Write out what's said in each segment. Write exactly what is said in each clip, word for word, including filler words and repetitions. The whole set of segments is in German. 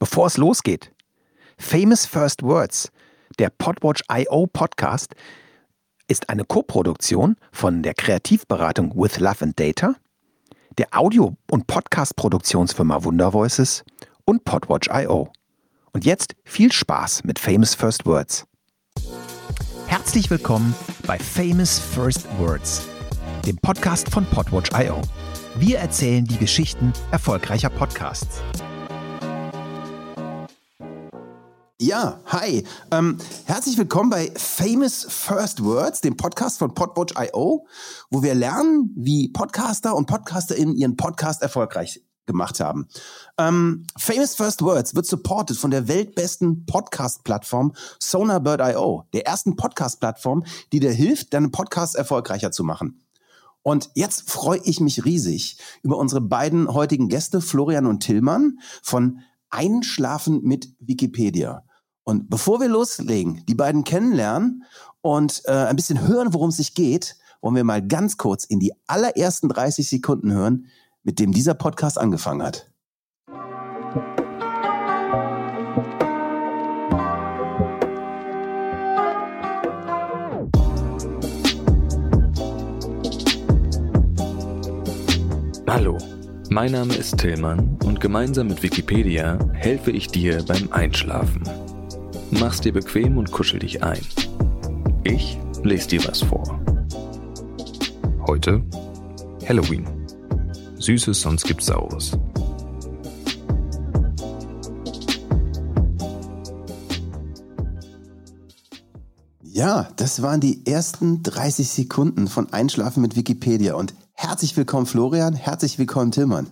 Bevor es losgeht, Famous First Words, der Podwatch Punkt i o Podcast, ist eine Koproduktion von der Kreativberatung With Love and Data, der Audio- und Podcast-Produktionsfirma Wundervoices und Podwatch Punkt i o. Und jetzt viel Spaß mit Famous First Words. Herzlich willkommen bei Famous First Words, dem Podcast von Podwatch Punkt i o. Wir erzählen die Geschichten erfolgreicher Podcasts. Ja, hi. Ähm, herzlich willkommen bei Famous First Words, dem Podcast von Podwatch Punkt i o, wo wir lernen, wie Podcaster und PodcasterInnen ihren Podcast erfolgreich gemacht haben. Ähm, Famous First Words wird supported von der weltbesten Podcast-Plattform Sonarbird Punkt i o, der ersten Podcast-Plattform, die dir hilft, deinen Podcast erfolgreicher zu machen. Und jetzt freue ich mich riesig über unsere beiden heutigen Gäste, Florian und Tillmann von Einschlafen mit Wikipedia. Und bevor wir loslegen, die beiden kennenlernen und äh, ein bisschen hören, worum es sich geht, wollen wir mal ganz kurz in die allerersten dreißig Sekunden hören, mit dem dieser Podcast angefangen hat. Hallo, mein Name ist Tillmann und gemeinsam mit Wikipedia helfe ich dir beim Einschlafen. Mach's dir bequem und kuschel dich ein. Ich lese dir was vor. Heute Halloween. Süßes, sonst gibt's Saures. Ja, das waren die ersten dreißig Sekunden von Einschlafen mit Wikipedia. Und herzlich willkommen Florian, herzlich willkommen Tillmann.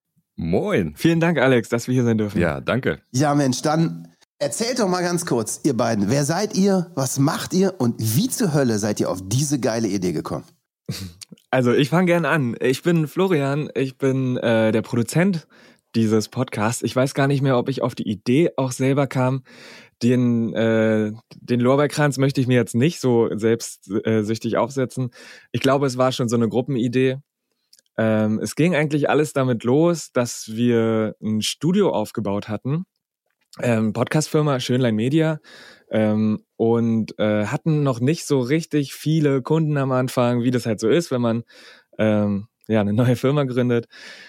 Moin. Vielen Dank, Alex, dass wir hier sein dürfen. Ja, danke. Ja, Mensch, dann erzählt doch mal ganz kurz, ihr beiden, wer seid ihr, was macht ihr und wie zur Hölle seid ihr auf diese geile Idee gekommen? Also ich fange gerne an. Ich bin Florian, ich bin äh, der Produzent dieses Podcasts. Ich weiß gar nicht mehr, ob ich auf die Idee auch selber kam. Den, äh, den Lorbeerkranz möchte ich mir jetzt nicht so selbstsüchtig aufsetzen. Ich glaube, es war schon so eine Gruppenidee. Ähm, es ging eigentlich alles damit los, dass wir ein Studio aufgebaut hatten. Ähm, Podcast-Firma Schönlein Media ähm, und äh, hatten noch nicht so richtig viele Kunden am Anfang, wie das halt so ist, wenn man ähm, ja eine neue Firma gründet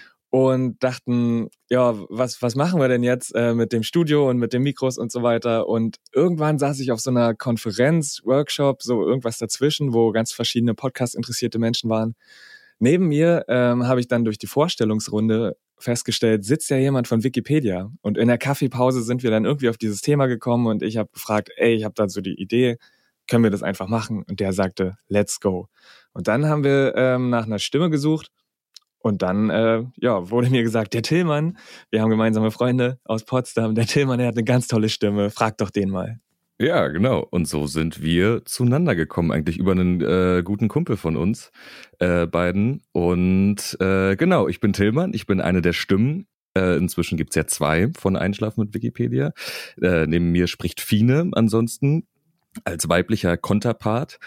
und dachten, ja, was was machen wir denn jetzt äh, mit dem Studio und mit den Mikros und so weiter, und irgendwann saß ich auf so einer Konferenz, Workshop, so irgendwas dazwischen, wo ganz verschiedene Podcast-interessierte Menschen waren. Neben mir ähm, habe ich dann durch die Vorstellungsrunde festgestellt, sitzt ja jemand von Wikipedia. Und in der Kaffeepause sind wir dann irgendwie auf dieses Thema gekommen und ich habe gefragt, ey, ich habe da so die Idee, können wir das einfach machen? Und der sagte, let's go. Und dann haben wir ähm, nach einer Stimme gesucht und dann äh, ja, wurde mir gesagt, der Tillmann, wir haben gemeinsame Freunde aus Potsdam, der Tillmann, der hat eine ganz tolle Stimme, frag doch den mal. Ja, genau. Und so sind wir zueinander gekommen, eigentlich über einen äh, guten Kumpel von uns, äh, beiden. Und äh, genau, ich bin Tillmann, ich bin eine der Stimmen. Äh, inzwischen gibt's ja zwei von Einschlafen mit Wikipedia. Äh, neben mir spricht Fine ansonsten als weiblicher Konterpart.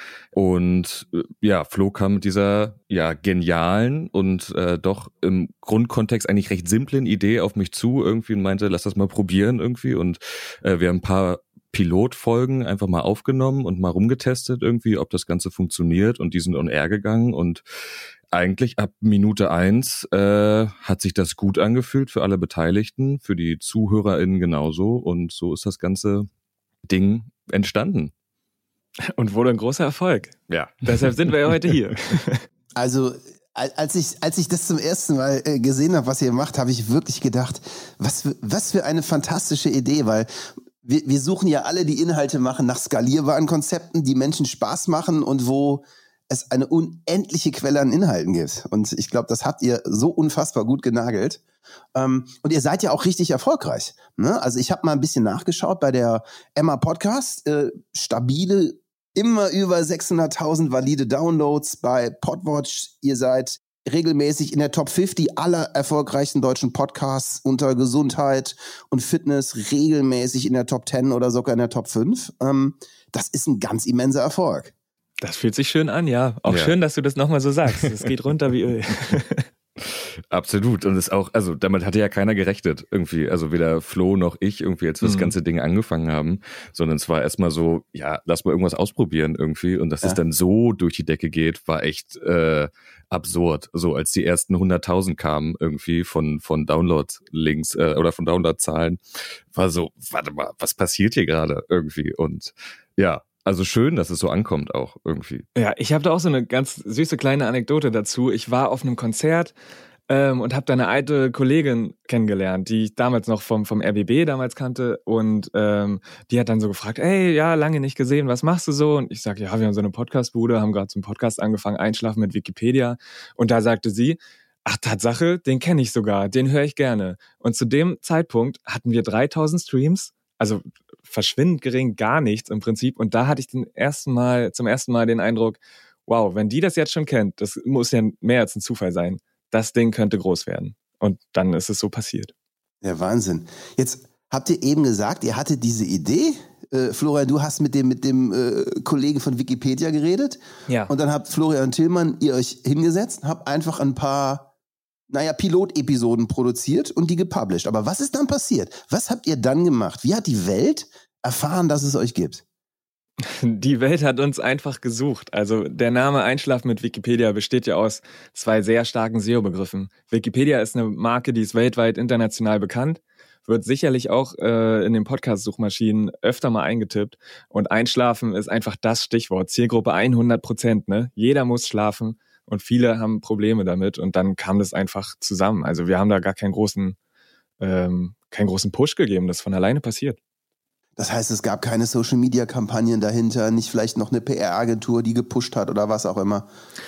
Und äh, ja, Flo kam mit dieser ja genialen und äh, doch im Grundkontext eigentlich recht simplen Idee auf mich zu irgendwie und meinte, lass das mal probieren irgendwie. Und äh, wir haben ein paar Pilotfolgen einfach mal aufgenommen und mal rumgetestet irgendwie, ob das Ganze funktioniert, und die sind on air gegangen und eigentlich ab Minute eins äh, hat sich das gut angefühlt für alle Beteiligten, für die ZuhörerInnen genauso, und so ist das ganze Ding entstanden. Und wurde ein großer Erfolg. Ja. Deshalb sind wir ja heute hier. Also als ich, als ich das zum ersten Mal äh, gesehen habe, was ihr macht, habe ich wirklich gedacht, was für, was für eine fantastische Idee, weil Wir, wir suchen ja alle, die Inhalte machen, nach skalierbaren Konzepten, die Menschen Spaß machen und wo es eine unendliche Quelle an Inhalten gibt. Und ich glaube, das habt ihr so unfassbar gut genagelt. Ähm, und ihr seid ja auch richtig erfolgreich. Ne? Also ich habe mal ein bisschen nachgeschaut bei der Emma Podcast. Äh, stabile, immer über sechshunderttausend valide Downloads bei Podwatch. Ihr seid regelmäßig in der Top fünfzig aller erfolgreichsten deutschen Podcasts unter Gesundheit und Fitness, regelmäßig in der Top zehn oder sogar in der Top fünf. Ähm, das ist ein ganz immenser Erfolg. Das fühlt sich schön an, ja. Auch ja. Schön, dass du das nochmal so sagst. Es geht runter wie Öl. Absolut. Und es auch, also damit hatte ja keiner gerechnet irgendwie. Also weder Flo noch ich irgendwie, als wir mhm. das ganze Ding angefangen haben, sondern es war erstmal so, ja, lass mal irgendwas ausprobieren irgendwie. Und dass ja. es dann so durch die Decke geht, war echt äh, absurd. So als die ersten hunderttausend kamen irgendwie von von Download-Links äh, oder von Download-Zahlen, war so, warte mal, was passiert hier gerade irgendwie? Und ja, also schön, dass es so ankommt auch irgendwie. Ja, ich habe da auch so eine ganz süße kleine Anekdote dazu. Ich war auf einem Konzert ähm, und habe da eine alte Kollegin kennengelernt, die ich damals noch vom, vom R B B damals kannte. Und ähm, die hat dann so gefragt, ey, ja, lange nicht gesehen, was machst du so? Und ich sage, ja, wir haben so eine Podcast-Bude, haben gerade so einen Podcast angefangen, Einschlafen mit Wikipedia. Und da sagte sie, ach, Tatsache, den kenne ich sogar, den höre ich gerne. Und zu dem Zeitpunkt hatten wir dreitausend Streams, also verschwindend gering, gar nichts im Prinzip. Und da hatte ich den ersten Mal, zum ersten Mal den Eindruck, wow, wenn die das jetzt schon kennt, das muss ja mehr als ein Zufall sein. Das Ding könnte groß werden. Und dann ist es so passiert. Ja, Wahnsinn. Jetzt habt ihr eben gesagt, ihr hattet diese Idee. Äh, Florian, du hast mit dem, mit dem äh, Kollegen von Wikipedia geredet. Ja. Und dann habt Florian Tillmann ihr euch hingesetzt, habt einfach ein paar naja, Pilotepisoden produziert und die gepublished. Aber was ist dann passiert? Was habt ihr dann gemacht? Wie hat die Welt erfahren, dass es euch gibt? Die Welt hat uns einfach gesucht. Also der Name Einschlafen mit Wikipedia besteht ja aus zwei sehr starken S E O-Begriffen. Wikipedia ist eine Marke, die ist weltweit international bekannt, wird sicherlich auch äh, in den Podcast-Suchmaschinen öfter mal eingetippt. Und Einschlafen ist einfach das Stichwort. Zielgruppe hundert Prozent, ne? Jeder muss schlafen. Und viele haben Probleme damit und dann kam das einfach zusammen. Also wir haben da gar keinen großen, ähm, keinen großen Push gegeben, das ist von alleine passiert. Das heißt, es gab keine Social-Media-Kampagnen dahinter, nicht vielleicht noch eine P R-Agentur, die gepusht hat oder was auch immer?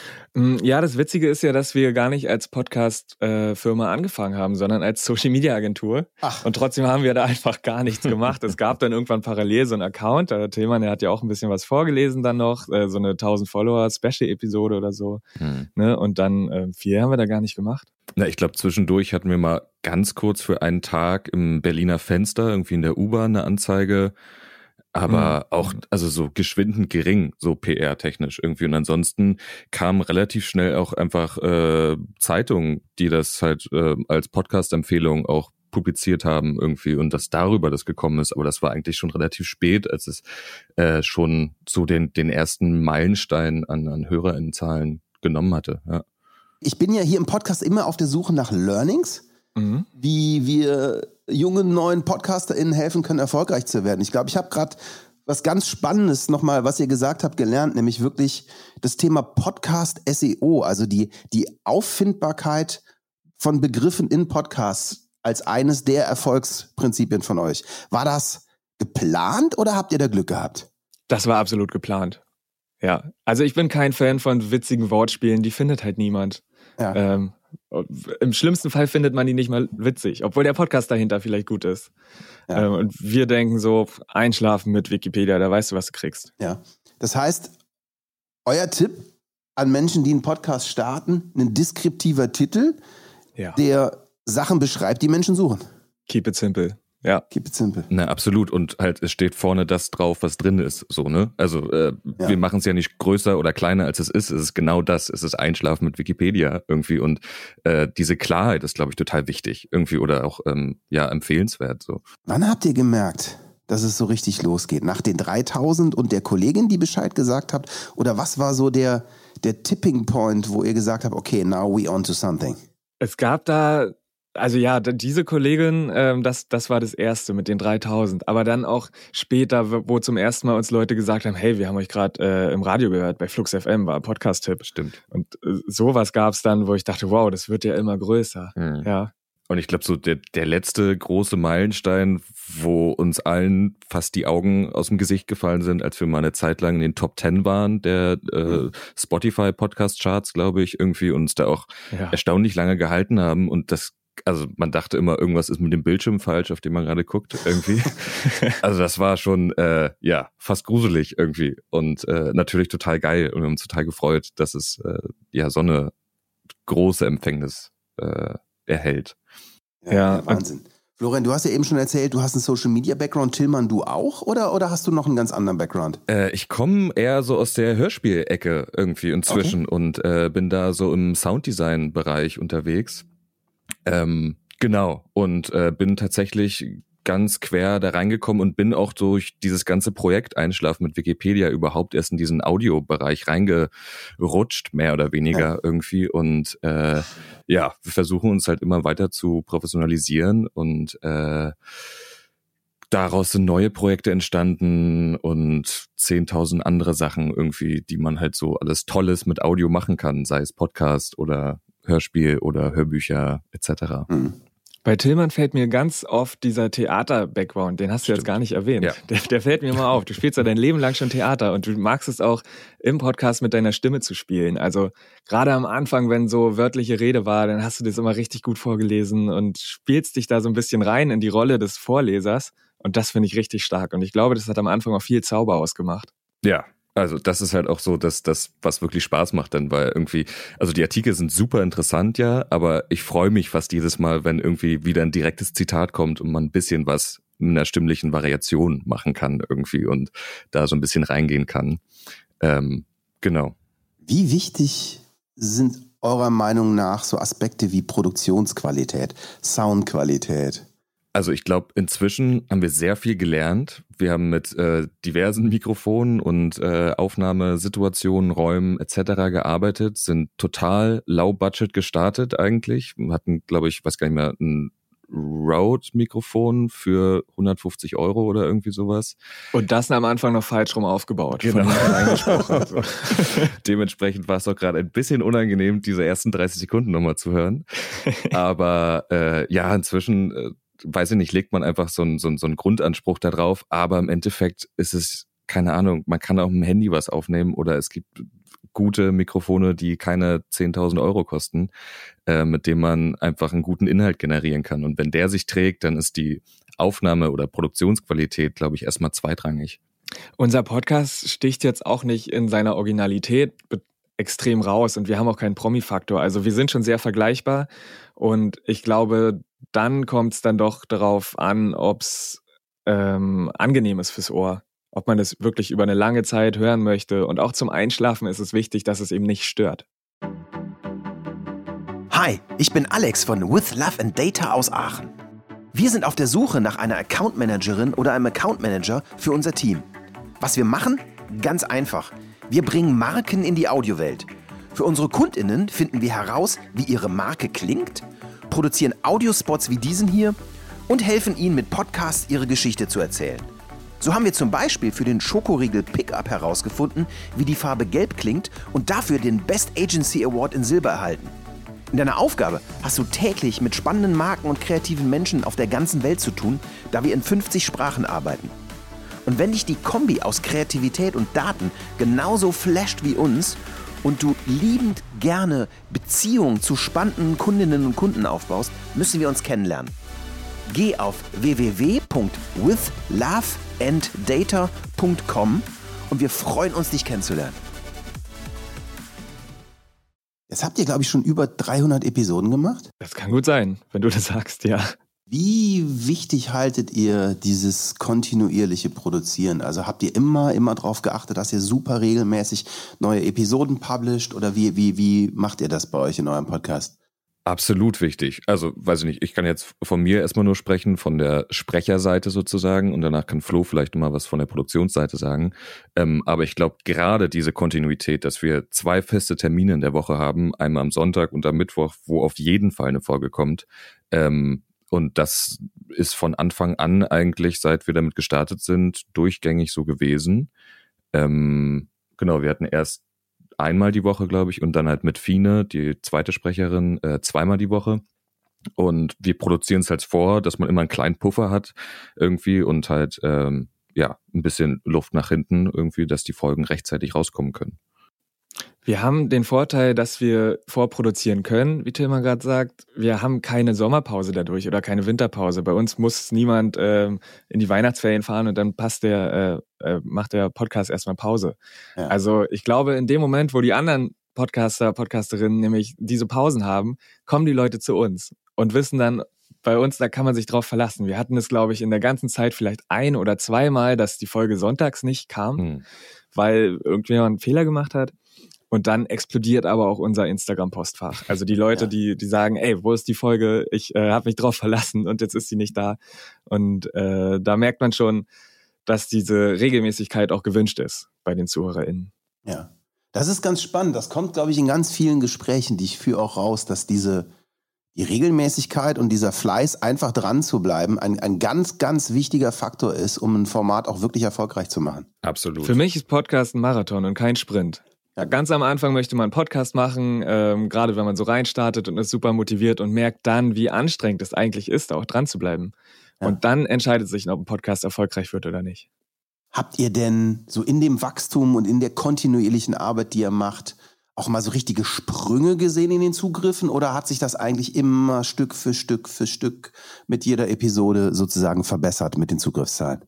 Ja, das Witzige ist ja, dass wir gar nicht als Podcast-Firma äh, angefangen haben, sondern als Social-Media-Agentur. Ach. Und trotzdem haben wir da einfach gar nichts gemacht. Es gab dann irgendwann parallel so einen Account. Der Tillmann, der hat ja auch ein bisschen was vorgelesen dann noch, äh, so eine tausend Follower-Special-Episode oder so. Hm. Ne? Und dann äh, viel haben wir da gar nicht gemacht. Na, ich glaube, zwischendurch hatten wir mal ganz kurz für einen Tag im Berliner Fenster, irgendwie in der U-Bahn, eine Anzeige. Aber mhm. auch, also so geschwindend gering, so P R-technisch irgendwie. Und ansonsten kamen relativ schnell auch einfach äh, Zeitungen, die das halt äh, als Podcast-Empfehlung auch publiziert haben irgendwie und dass darüber das gekommen ist. Aber das war eigentlich schon relativ spät, als es äh, schon so den, den ersten Meilenstein an, an HörerInnenzahlen genommen hatte. Ja. Ich bin ja hier im Podcast immer auf der Suche nach Learnings, mhm. wie wir jungen, neuen PodcasterInnen helfen können, erfolgreich zu werden. Ich glaube, ich habe gerade was ganz Spannendes nochmal, was ihr gesagt habt, gelernt, nämlich wirklich das Thema Podcast-S E O, also die, die Auffindbarkeit von Begriffen in Podcasts als eines der Erfolgsprinzipien von euch. War das geplant oder habt ihr da Glück gehabt? Das war absolut geplant. Ja, also ich bin kein Fan von witzigen Wortspielen, die findet halt niemand. Ja. Ähm, Im schlimmsten Fall findet man die nicht mal witzig, obwohl der Podcast dahinter vielleicht gut ist. Ja. Ähm, und wir denken so, Einschlafen mit Wikipedia, da weißt du, was du kriegst. Ja, das heißt, euer Tipp an Menschen, die einen Podcast starten, ein deskriptiver Titel, ja. der Sachen beschreibt, die Menschen suchen. Keep it simple. Ja. Keep it simple. Na, absolut. Und halt, es steht vorne das drauf, was drin ist. So, ne? Also, äh, ja. wir machen es ja nicht größer oder kleiner, als es ist. Es ist genau das. Es ist Einschlafen mit Wikipedia irgendwie. Und äh, diese Klarheit ist, glaube ich, total wichtig. Irgendwie oder auch, ähm, ja, empfehlenswert. So. Wann habt ihr gemerkt, dass es so richtig losgeht? Nach den dreitausend und der Kollegin, die Bescheid gesagt habt? Oder was war so der, der Tipping Point, wo ihr gesagt habt, okay, now we on to something? Es gab da Also ja, diese Kollegin, ähm, das, das war das Erste mit den dreitausend. Aber dann auch später, wo zum ersten Mal uns Leute gesagt haben, hey, wir haben euch gerade äh, im Radio gehört, bei Flux F M, war ein Podcast-Tipp. Stimmt. Und äh, sowas gab's dann, wo ich dachte, wow, das wird ja immer größer. Mhm. Ja. Und ich glaube, so der, der letzte große Meilenstein, wo uns allen fast die Augen aus dem Gesicht gefallen sind, als wir mal eine Zeit lang in den Top Ten waren, der äh, Spotify-Podcast-Charts, glaube ich, irgendwie uns da auch ja. erstaunlich lange gehalten haben. Und das Also man dachte immer, irgendwas ist mit dem Bildschirm falsch, auf dem man gerade guckt, irgendwie. Also das war schon, äh, ja, fast gruselig irgendwie. Und äh, natürlich total geil. Und wir haben uns total gefreut, dass es äh, ja so eine große Empfängnis äh, erhält. Ja, ja, Wahnsinn. Florian, du hast ja eben schon erzählt, du hast einen Social-Media-Background. Tillmann, du auch? Oder, oder hast du noch einen ganz anderen Background? Äh, ich komme eher so aus der Hörspielecke irgendwie inzwischen okay. und äh, bin da so im Sounddesign-Bereich unterwegs. Ähm, genau. Und äh, bin tatsächlich ganz quer da reingekommen und bin auch durch dieses ganze Projekt Einschlafen mit Wikipedia überhaupt erst in diesen Audiobereich reingerutscht, mehr oder weniger ja. irgendwie. Und äh, ja, wir versuchen uns halt immer weiter zu professionalisieren und äh, daraus sind neue Projekte entstanden und zehntausend andere Sachen irgendwie, die man halt so alles Tolles mit Audio machen kann, sei es Podcast oder Hörspiel oder Hörbücher et cetera. Mhm. Bei Tillmann fällt mir ganz oft dieser Theater-Background, den hast du Stimmt. jetzt gar nicht erwähnt. Ja. Der, der fällt mir mal auf. Du spielst ja dein Leben lang schon Theater und du magst es auch im Podcast mit deiner Stimme zu spielen. Also gerade am Anfang, wenn so wörtliche Rede war, dann hast du das immer richtig gut vorgelesen und spielst dich da so ein bisschen rein in die Rolle des Vorlesers. Und das finde ich richtig stark. Und ich glaube, das hat am Anfang auch viel Zauber ausgemacht. Ja. Also das ist halt auch so, dass das, was wirklich Spaß macht dann, weil irgendwie, also die Artikel sind super interessant, ja, aber ich freue mich fast jedes Mal, wenn irgendwie wieder ein direktes Zitat kommt und man ein bisschen was in einer stimmlichen Variation machen kann irgendwie und da so ein bisschen reingehen kann. Ähm, genau. Wie wichtig sind eurer Meinung nach so Aspekte wie Produktionsqualität, Soundqualität? Also ich glaube, inzwischen haben wir sehr viel gelernt. Wir haben mit äh, diversen Mikrofonen und äh, Aufnahmesituationen, Räumen et cetera gearbeitet, sind total low budget gestartet eigentlich. Wir hatten, glaube ich, weiß gar nicht mehr, ein Rode-Mikrofon für hundertfünfzig Euro oder irgendwie sowas. Und das am Anfang noch falsch rum aufgebaut. Genau. Von Dementsprechend war es doch gerade ein bisschen unangenehm, diese ersten dreißig Sekunden nochmal zu hören. Aber äh, ja, inzwischen... Äh, weiß ich nicht, legt man einfach so einen, so einen, so einen Grundanspruch da drauf, aber im Endeffekt ist es, keine Ahnung, man kann auch mit dem Handy was aufnehmen oder es gibt gute Mikrofone, die keine zehntausend Euro kosten, äh, mit denen man einfach einen guten Inhalt generieren kann. Und wenn der sich trägt, dann ist die Aufnahme- oder Produktionsqualität, glaube ich, erstmal zweitrangig. Unser Podcast sticht jetzt auch nicht in seiner Originalität extrem raus und wir haben auch keinen Promi-Faktor. Also wir sind schon sehr vergleichbar und ich glaube, dann kommt es dann doch darauf an, ob es ähm, angenehm ist fürs Ohr, ob man das wirklich über eine lange Zeit hören möchte. Und auch zum Einschlafen ist es wichtig, dass es eben nicht stört. Hi, ich bin Alex von With Love and Data aus Aachen. Wir sind auf der Suche nach einer Account Managerin oder einem Account Manager für unser Team. Was wir machen? Ganz einfach. Wir bringen Marken in die Audiowelt. Für unsere KundInnen finden wir heraus, wie ihre Marke klingt, produzieren Audiospots wie diesen hier und helfen ihnen mit Podcasts ihre Geschichte zu erzählen. So haben wir zum Beispiel für den Schokoriegel Pickup herausgefunden, wie die Farbe Gelb klingt und dafür den Best Agency Award in Silber erhalten. In deiner Aufgabe hast du täglich mit spannenden Marken und kreativen Menschen auf der ganzen Welt zu tun, da wir in fünfzig Sprachen arbeiten. Und wenn dich die Kombi aus Kreativität und Daten genauso flasht wie uns und du liebend gerne Beziehungen zu spannenden Kundinnen und Kunden aufbaust, müssen wir uns kennenlernen. Geh auf w w w punkt with love and data punkt com und wir freuen uns, dich kennenzulernen. Jetzt habt ihr, glaube ich, schon über dreihundert Episoden gemacht. Das kann gut sein, wenn du das sagst, ja. Wie wichtig haltet ihr dieses kontinuierliche Produzieren? Also habt ihr immer, immer darauf geachtet, dass ihr super regelmäßig neue Episoden publisht oder wie, wie, wie macht ihr das bei euch in eurem Podcast? Absolut wichtig. Also, weiß ich nicht, ich kann jetzt von mir erstmal nur sprechen, von der Sprecherseite sozusagen und danach kann Flo vielleicht nochmal was von der Produktionsseite sagen. Ähm, aber ich glaube, gerade diese Kontinuität, dass wir zwei feste Termine in der Woche haben, einmal am Sonntag und am Mittwoch, wo auf jeden Fall eine Folge kommt, ähm, und das ist von Anfang an eigentlich, seit wir damit gestartet sind, durchgängig so gewesen. Ähm, genau, wir hatten erst einmal die Woche, glaube ich, und dann halt mit Fine, die zweite Sprecherin, äh, zweimal die Woche. Und wir produzieren es halt vor, dass man immer einen kleinen Puffer hat irgendwie und halt ähm, ja ein bisschen Luft nach hinten irgendwie, dass die Folgen rechtzeitig rauskommen können. Wir haben den Vorteil, dass wir vorproduzieren können, wie Tillmann gerade sagt. Wir haben keine Sommerpause dadurch oder keine Winterpause. Bei uns muss niemand ähm, in die Weihnachtsferien fahren und dann passt der, äh, äh, macht der Podcast erstmal Pause. Ja. Also ich glaube, in dem Moment, wo die anderen Podcaster, Podcasterinnen nämlich diese Pausen haben, kommen die Leute zu uns und wissen dann, bei uns, da kann man sich drauf verlassen. Wir hatten es, glaube ich, in der ganzen Zeit vielleicht ein- oder zweimal, dass die Folge sonntags nicht kam, hm. weil irgendjemand einen Fehler gemacht hat. Und dann explodiert aber auch unser Instagram-Postfach. Also die Leute, ja. die die sagen, ey, wo ist die Folge? Ich äh, habe mich drauf verlassen und jetzt ist sie nicht da. Und äh, da merkt man schon, dass diese Regelmäßigkeit auch gewünscht ist bei den ZuhörerInnen. Ja, das ist ganz spannend. Das kommt, glaube ich, in ganz vielen Gesprächen, die ich führe, auch raus, dass diese die Regelmäßigkeit und dieser Fleiß, einfach dran zu bleiben, ein, ein ganz, ganz wichtiger Faktor ist, um ein Format auch wirklich erfolgreich zu machen. Absolut. Für mich ist Podcast ein Marathon und kein Sprint. Ja, ganz am Anfang möchte man einen Podcast machen, ähm, gerade wenn man so reinstartet und ist super motiviert und merkt dann, wie anstrengend es eigentlich ist, auch dran zu bleiben. Ja. Und dann entscheidet sich, ob ein Podcast erfolgreich wird oder nicht. Habt ihr denn so in dem Wachstum und in der kontinuierlichen Arbeit, die ihr macht, auch mal so richtige Sprünge gesehen in den Zugriffen oder hat sich das eigentlich immer Stück für Stück für Stück mit jeder Episode sozusagen verbessert mit den Zugriffszahlen?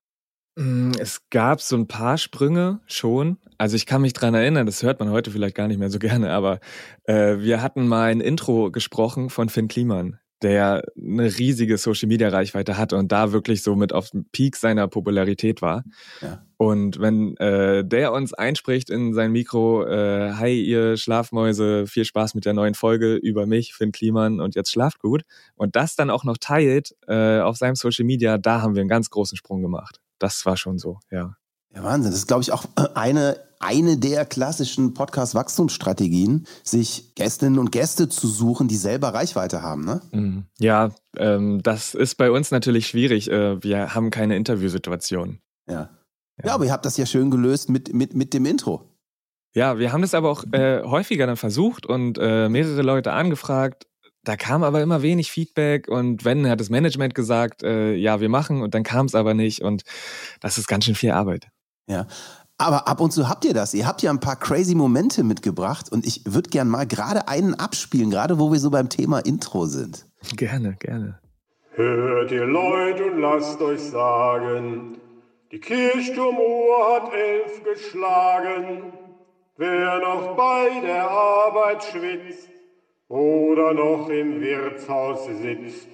Es gab so ein paar Sprünge schon. Also ich kann mich dran erinnern, das hört man heute vielleicht gar nicht mehr so gerne, aber äh, wir hatten mal ein Intro gesprochen von Finn Kliman, der eine riesige Social-Media-Reichweite hatte und da wirklich so mit auf dem Peak seiner Popularität war. Ja. Und wenn äh, der uns einspricht in sein Mikro, äh, hi ihr Schlafmäuse, viel Spaß mit der neuen Folge über mich, Finn Kliman, und jetzt schlaft gut. Und das dann auch noch teilt äh, auf seinem Social-Media, da haben wir einen ganz großen Sprung gemacht. Das war schon so, ja. Ja, Wahnsinn. Das ist, glaube ich, auch eine, eine der klassischen Podcast-Wachstumsstrategien, sich Gästinnen und Gäste zu suchen, die selber Reichweite haben, ne? Ja, ähm, das ist bei uns natürlich schwierig. Äh, wir haben keine Interviewsituation. Ja. ja. Ja, aber ihr habt das ja schön gelöst mit, mit, mit dem Intro. Ja, wir haben das aber auch äh, häufiger dann versucht und äh, mehrere Leute angefragt. Da kam aber immer wenig Feedback und wenn, hat das Management gesagt, äh, ja, wir machen und dann kam es aber nicht und das ist ganz schön viel Arbeit. Ja, aber ab und zu habt ihr das. Ihr habt ja ein paar crazy Momente mitgebracht und ich würde gern mal gerade einen abspielen, gerade wo wir so beim Thema Intro sind. Gerne, gerne. Hört ihr Leute und lasst euch sagen, die Kirchturmuhr hat elf geschlagen. Wer noch bei der Arbeit schwitzt, oder noch im Wirtshaus sitzt,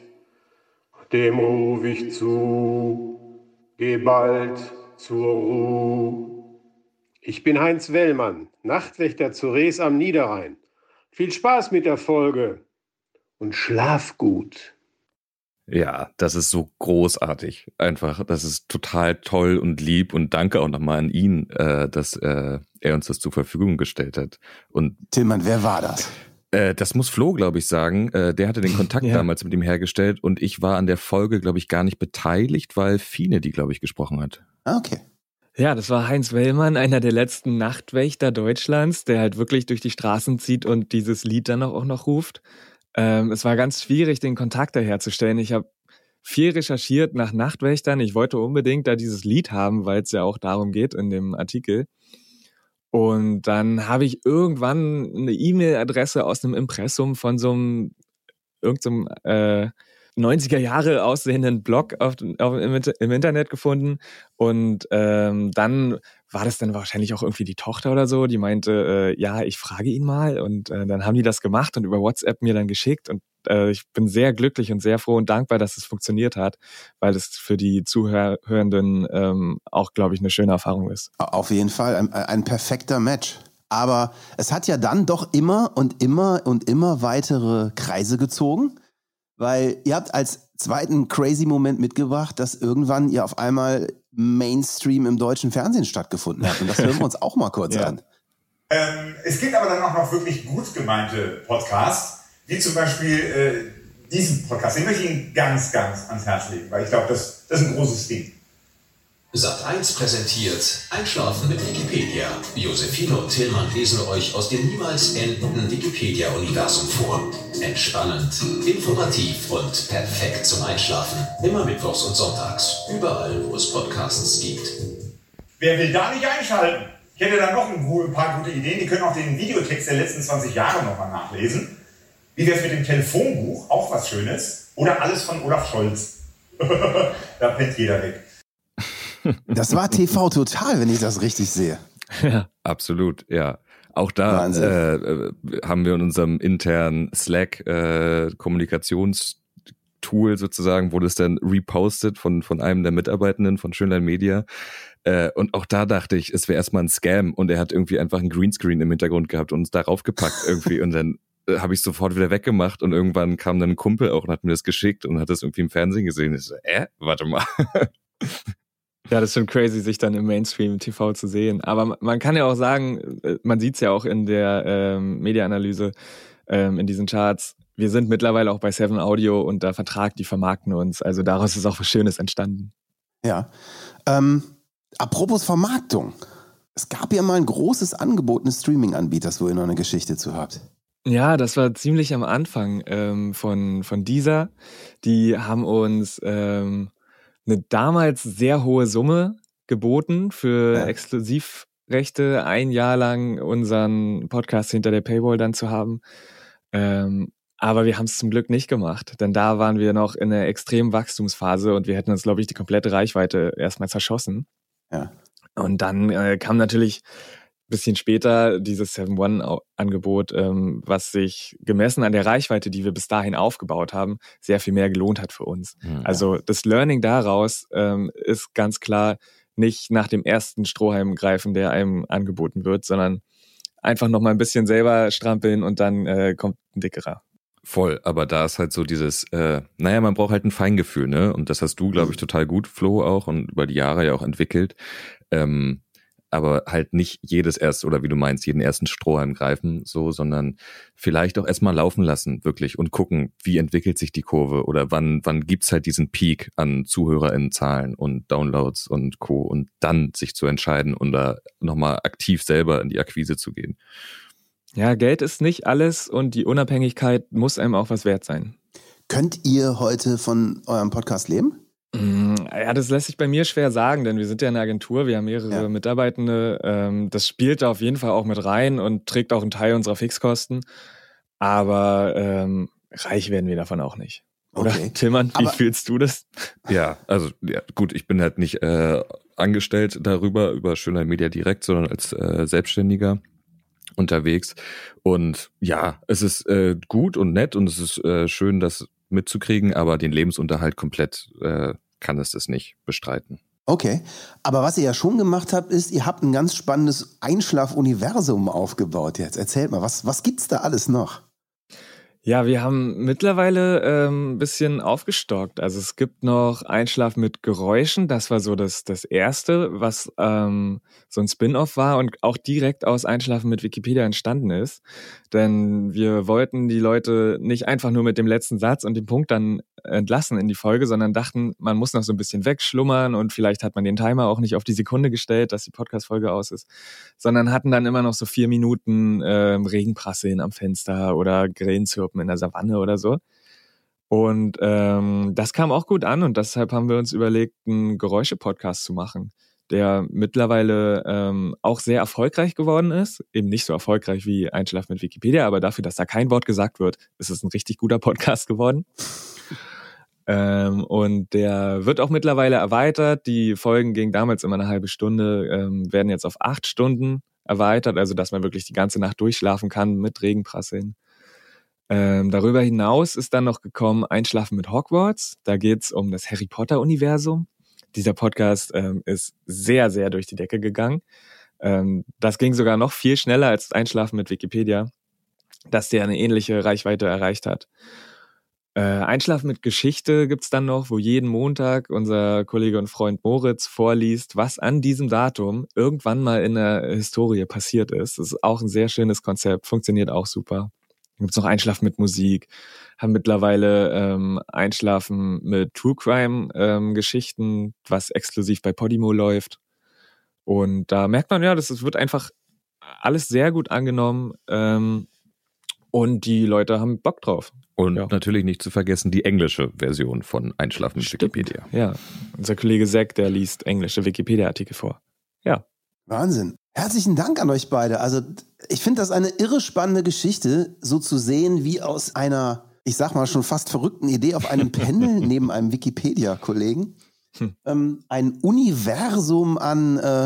dem ruf ich zu, geh bald zur Ruhe. Ich bin Heinz Wellmann, Nachtwächter zu Rees am Niederrhein. Viel Spaß mit der Folge und schlaf gut. Ja, das ist so großartig. Einfach, das ist total toll und lieb und danke auch nochmal an ihn, äh, dass äh, er uns das zur Verfügung gestellt hat. Und Tillmann, wer war das? Äh, das muss Flo, glaube ich, sagen. Äh, der hatte den Kontakt ja. damals mit ihm hergestellt und ich war an der Folge, glaube ich, gar nicht beteiligt, weil Fine die, glaube ich, gesprochen hat. Ah, okay. Ja, das war Heinz Wellmann, einer der letzten Nachtwächter Deutschlands, der halt wirklich durch die Straßen zieht und dieses Lied dann auch noch ruft. Ähm, es war ganz schwierig, den Kontakt da herzustellen. Ich habe viel recherchiert nach Nachtwächtern. Ich wollte unbedingt da dieses Lied haben, weil es ja auch darum geht in dem Artikel. Und dann habe ich irgendwann eine E-Mail-Adresse aus einem Impressum von so einem irgendeinem äh, neunziger Jahre aussehenden Blog auf, auf, im, im Internet gefunden. Und ähm, dann war das dann wahrscheinlich auch irgendwie die Tochter oder so, die meinte, äh, ja, ich frage ihn mal. Und äh, dann haben die das gemacht und über WhatsApp mir dann geschickt. Und äh, ich bin sehr glücklich und sehr froh und dankbar, dass es funktioniert hat, weil es für die Zuhörenden ähm, auch, glaube ich, eine schöne Erfahrung ist. Auf jeden Fall, ein, ein perfekter Match. Aber es hat ja dann doch immer und immer und immer weitere Kreise gezogen, weil ihr habt als zweiten crazy Moment mitgebracht, dass irgendwann ihr auf einmal Mainstream im deutschen Fernsehen stattgefunden hat. Und das hören wir uns auch mal kurz ja. an. Ähm, es gibt aber dann auch noch wirklich gut gemeinte Podcasts, wie zum Beispiel äh, diesen Podcast. Den möchte ich Ihnen ganz, ganz ans Herz legen, weil ich glaube, das, das ist ein großes Ding. Sat eins präsentiert Einschlafen mit Wikipedia. Josephine und Tillmann lesen euch aus dem niemals endenden Wikipedia-Universum vor. Entspannend, informativ und perfekt zum Einschlafen. Immer mittwochs und sonntags. Überall, wo es Podcasts gibt. Wer will da nicht einschalten? Ich hätte da noch ein paar gute Ideen. Die können auch den Videotext der letzten zwanzig Jahre nochmal nachlesen. Wie wär's mit dem Telefonbuch? Auch was Schönes. Oder alles von Olaf Scholz. Da pennt jeder weg. Das war T V Total, wenn ich das richtig sehe. Ja, absolut, ja. Auch da äh, haben wir in unserem internen Slack äh, Kommunikations Tool sozusagen, wurde es dann repostet von, von einem der Mitarbeitenden von Schönlein Media. Äh, und auch da dachte ich, es wäre erstmal ein Scam und er hat irgendwie einfach einen Greenscreen im Hintergrund gehabt und uns darauf gepackt irgendwie und dann äh, habe ich sofort wieder weggemacht und irgendwann kam dann ein Kumpel auch und hat mir das geschickt und hat das irgendwie im Fernsehen gesehen. Ich so, äh, warte mal. Ja, das ist schon crazy, sich dann im Mainstream-T V zu sehen. Aber man kann ja auch sagen, man sieht es ja auch in der ähm, Media-Analyse, ähm, in diesen Charts, wir sind mittlerweile auch bei Seven Audio und da Vertrag, die vermarkten uns. Also daraus ist auch was Schönes entstanden. Ja. Ähm, apropos Vermarktung. Es gab ja mal ein großes Angebot eines Streaming-Anbieters, wo ihr noch eine Geschichte zu habt. Ja, das war ziemlich am Anfang ähm, von, von Deezer. Die haben uns ähm, eine damals sehr hohe Summe geboten für ja. Exklusivrechte, ein Jahr lang unseren Podcast hinter der Paywall dann zu haben. Ähm, aber wir haben es zum Glück nicht gemacht, denn da waren wir noch in einer extremen Wachstumsphase und wir hätten uns, glaube ich, die komplette Reichweite erstmal zerschossen. Ja. Und dann äh, kam natürlich ein bisschen später dieses Seven One Angebot, ähm, was sich gemessen an der Reichweite, die wir bis dahin aufgebaut haben, sehr viel mehr gelohnt hat für uns. Ja. Also das Learning daraus ähm, ist ganz klar nicht nach dem ersten Strohhalm greifen, der einem angeboten wird, sondern einfach noch mal ein bisschen selber strampeln und dann äh, kommt ein dickerer. Voll, aber da ist halt so dieses, äh, naja, man braucht halt ein Feingefühl, ne? Und das hast du, glaube ich, total gut, Flo, auch und über die Jahre ja auch entwickelt. Ähm, aber halt nicht jedes erst, oder wie du meinst, jeden ersten Strohhalm greifen, so, sondern vielleicht auch erstmal laufen lassen, wirklich, und gucken, wie entwickelt sich die Kurve oder wann, wann gibt's halt diesen Peak an ZuhörerInnenzahlen und Downloads und Co. und dann sich zu entscheiden und da nochmal aktiv selber in die Akquise zu gehen. Ja, Geld ist nicht alles und die Unabhängigkeit muss einem auch was wert sein. Könnt ihr heute von eurem Podcast leben? Ja, das lässt sich bei mir schwer sagen, denn wir sind ja eine Agentur, wir haben mehrere ja. Mitarbeitende. Ähm, das spielt da auf jeden Fall auch mit rein und trägt auch einen Teil unserer Fixkosten. Aber ähm, reich werden wir davon auch nicht. Oder, okay. Tillmann, wie Aber fühlst du das? Ja, also ja, gut, ich bin halt nicht äh, angestellt darüber, über Schönlein Media direkt, sondern als äh, Selbstständiger unterwegs. Und ja, es ist äh, gut und nett und es ist äh, schön, das mitzukriegen, aber den Lebensunterhalt komplett äh, kann es das nicht bestreiten. Okay, aber was ihr ja schon gemacht habt, ist, ihr habt ein ganz spannendes Einschlaf-Universum aufgebaut jetzt. Erzählt mal, was, was gibt's da alles noch? Ja, wir haben mittlerweile ähm, ein bisschen aufgestockt. Also es gibt noch Einschlaf mit Geräuschen. Das war so das, das Erste, was ähm, so ein Spin-off war und auch direkt aus Einschlafen mit Wikipedia entstanden ist. Denn wir wollten die Leute nicht einfach nur mit dem letzten Satz und dem Punkt dann entlassen in die Folge, sondern dachten, man muss noch so ein bisschen wegschlummern und vielleicht hat man den Timer auch nicht auf die Sekunde gestellt, dass die Podcast-Folge aus ist, sondern hatten dann immer noch so vier Minuten äh, Regenprasseln am Fenster oder Grillenzirpen in der Savanne oder so. Und ähm, das kam auch gut an und deshalb haben wir uns überlegt, einen Geräusche-Podcast zu machen, der mittlerweile ähm, auch sehr erfolgreich geworden ist. Eben nicht so erfolgreich wie Einschlafen mit Wikipedia, aber dafür, dass da kein Wort gesagt wird, ist es ein richtig guter Podcast geworden. Ähm, und der wird auch mittlerweile erweitert. Die Folgen gingen damals immer eine halbe Stunde, ähm, werden jetzt auf acht Stunden erweitert, also dass man wirklich die ganze Nacht durchschlafen kann mit Regenprasseln. Ähm, darüber hinaus ist dann noch gekommen Einschlafen mit Hogwarts. Da geht's um das Harry Potter-Universum. Dieser Podcast ähm, ist sehr, sehr durch die Decke gegangen. Ähm, das ging sogar noch viel schneller als Einschlafen mit Wikipedia, dass der eine ähnliche Reichweite erreicht hat. Äh, Einschlafen mit Geschichte gibt's dann noch, wo jeden Montag unser Kollege und Freund Moritz vorliest, was an diesem Datum irgendwann mal in der Historie passiert ist. Das ist auch ein sehr schönes Konzept, funktioniert auch super. Dann gibt's noch Einschlafen mit Musik, haben mittlerweile ähm, Einschlafen mit True Crime ähm, Geschichten, was exklusiv bei Podimo läuft. Und da merkt man, ja, das, das wird einfach alles sehr gut angenommen ähm, und die Leute haben Bock drauf. Und ja. natürlich nicht zu vergessen die englische Version von Einschlafen mit Stimmt. Wikipedia. Ja, unser Kollege Zack, der liest englische Wikipedia-Artikel vor. Ja. Wahnsinn. Herzlichen Dank an euch beide. Also ich finde das eine irre spannende Geschichte, so zu sehen, wie aus einer, ich sag mal schon fast verrückten Idee auf einem Panel neben einem Wikipedia-Kollegen hm. ähm, ein Universum an äh,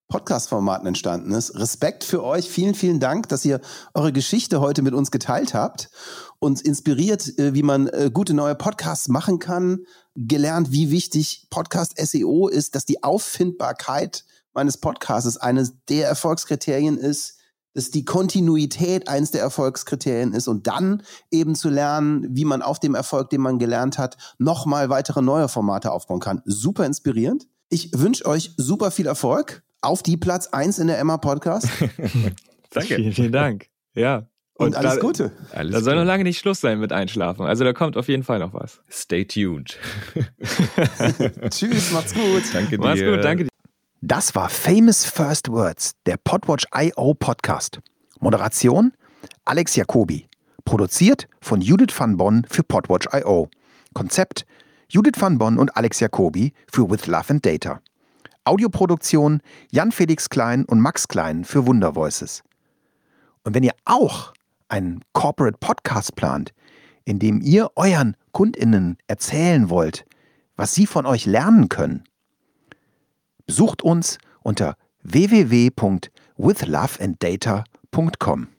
Podcast-Formaten entstanden ist. Respekt für euch. Vielen, vielen Dank, dass ihr eure Geschichte heute mit uns geteilt habt. Uns inspiriert, wie man gute neue Podcasts machen kann. Gelernt, wie wichtig Podcast-S E O ist, dass die Auffindbarkeit meines Podcasts eines der Erfolgskriterien ist, dass die Kontinuität eines der Erfolgskriterien ist und dann eben zu lernen, wie man auf dem Erfolg, den man gelernt hat, nochmal weitere neue Formate aufbauen kann. Super inspirierend. Ich wünsche euch super viel Erfolg auf die Platz eins in der Emma Podcast. Danke. Vielen, vielen Dank. Ja. Und, und alles da, Gute. Alles da soll gut. Noch lange nicht Schluss sein mit Einschlafen. Also da kommt auf jeden Fall noch was. Stay tuned. Tschüss, macht's gut. Danke dir. Mach's gut, danke dir. Das war Famous First Words, der Podwatch Punkt I O Podcast. Moderation Alex Jacobi. Produziert von Judith van Bonn für Podwatch Punkt I O. Konzept Judith van Bonn und Alex Jacobi für With Love and Data. Audioproduktion Jan-Felix Klein und Max Klein für Wunder Voices. Und wenn ihr auch einen Corporate Podcast plant, in dem ihr euren KundInnen erzählen wollt, was sie von euch lernen können, besucht uns unter w w w punkt with love and data punkt com.